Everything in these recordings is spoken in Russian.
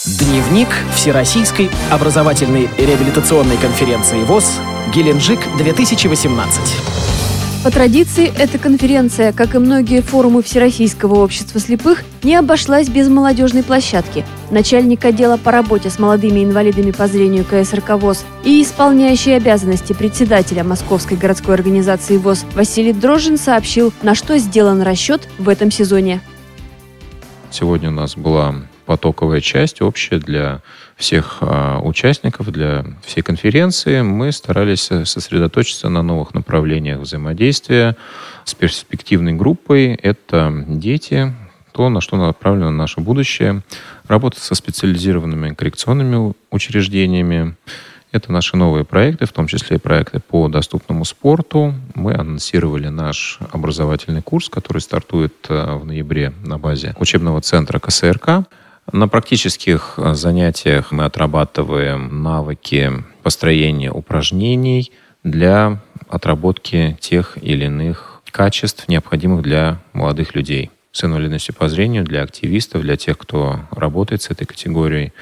Дневник Всероссийской образовательной реабилитационной конференции ВОС «Геленджик-2018». По традиции, эта конференция, как и многие форумы Всероссийского общества слепых, не обошлась без молодежной площадки. Начальник отдела по работе с молодыми инвалидами по зрению КСРК ВОС и исполняющий обязанности председателя Московской городской организации ВОС Василий Дрожжин сообщил, на что сделан расчет в этом сезоне. Сегодня у нас была потоковая часть, общая для всех участников, для всей конференции. Мы старались сосредоточиться на новых направлениях взаимодействия с перспективной группой. Это дети, то, на что направлено наше будущее. Работа со специализированными коррекционными учреждениями. Это наши новые проекты, в том числе проекты по доступному спорту. Мы анонсировали наш образовательный курс, который стартует в ноябре на базе учебного центра КСРК. На практических занятиях мы отрабатываем навыки построения упражнений для отработки тех или иных качеств, необходимых для молодых людей с инвалидностью по зрению, для активистов, для тех, кто работает с этой категорией.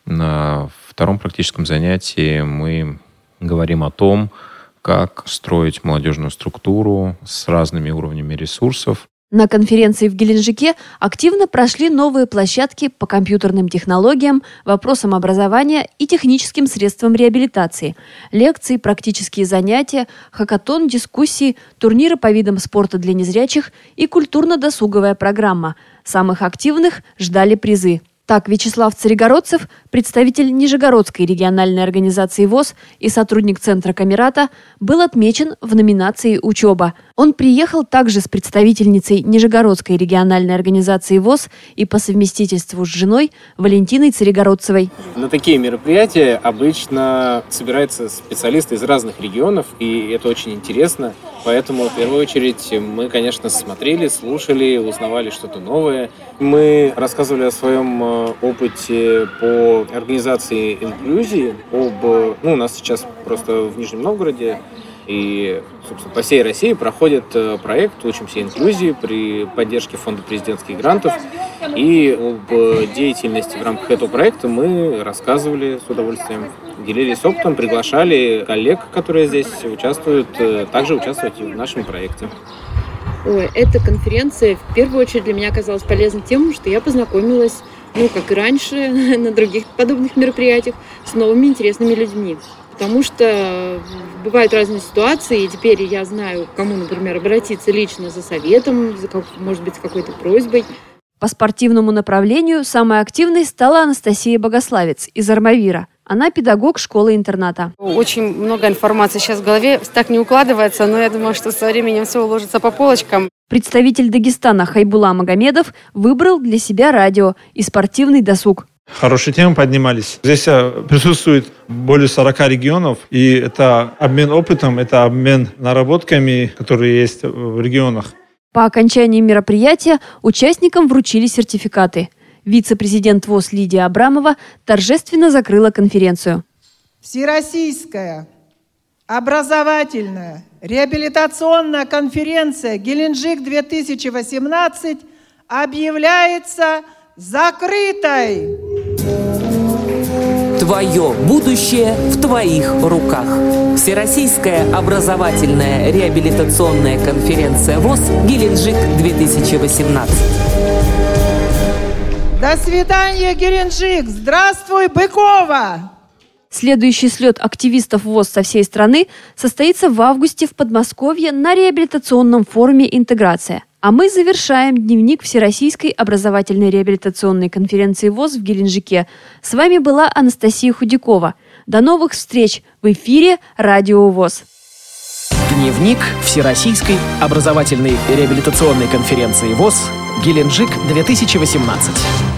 На втором практическом занятии мы говорим о том, как строить молодежную структуру с разными уровнями ресурсов. На конференции в Геленджике активно прошли новые площадки по компьютерным технологиям, вопросам образования и техническим средствам реабилитации. Лекции, практические занятия, хакатон, дискуссии, турниры по видам спорта для незрячих и культурно-досуговая программа. Самых активных ждали призы. Так, Вячеслав Царегородцев, представитель Нижегородской региональной организации ВОС и сотрудник Центра Камерата, был отмечен в номинации «Учеба». Он приехал также с представительницей Нижегородской региональной организации ВОС и по совместительству с женой Валентиной Царегородцевой. На такие мероприятия обычно собираются специалисты из разных регионов, и это очень интересно. Поэтому, в первую очередь, мы, конечно, смотрели, слушали, узнавали что-то новое. Мы рассказывали о своем опыте по организации инклюзии. У нас сейчас просто в Нижнем Новгороде и, собственно, по всей России проходит проект «Учимся инклюзии» при поддержке Фонда президентских грантов. И об деятельности в рамках этого проекта мы рассказывали с удовольствием, делились опытом, приглашали коллег, которые здесь участвуют, также участвовать и в нашем проекте. Эта конференция в первую очередь для меня оказалась полезной тем, что я познакомилась, как и раньше, на других подобных мероприятиях, с новыми интересными людьми. Потому что бывают разные ситуации, и теперь я знаю, к кому, например, обратиться лично за советом, может быть, с какой-то просьбой. По спортивному направлению самой активной стала Анастасия Богославец из Армавира. Она педагог школы-интерната. Очень много информации сейчас в голове, так не укладывается, но я думаю, что со временем все уложится по полочкам. Представитель Дагестана Хайбула Магомедов выбрал для себя радио и спортивный досуг. Хорошие темы поднимались. Здесь присутствует более 40 регионов, и это обмен опытом, это обмен наработками, которые есть в регионах. По окончании мероприятия участникам вручили сертификаты. Вице-президент ВОС Лидия Абрамова торжественно закрыла конференцию. Всероссийская образовательная реабилитационная конференция «Геленджик-2018» объявляется закрытой. Твое будущее в твоих руках. Всероссийская образовательная реабилитационная конференция ВОС «Геленджик-2018». До свидания, Геленджик! Здравствуй, Быкова! Следующий слет активистов ВОС со всей страны состоится в августе в Подмосковье на реабилитационном форуме «Интеграция». А мы завершаем дневник Всероссийской образовательной реабилитационной конференции ВОС в Геленджике. С вами была Анастасия Худякова. До новых встреч в эфире Радио ВОС. Дневник Всероссийской образовательной реабилитационной конференции ВОС «Геленджик-2018».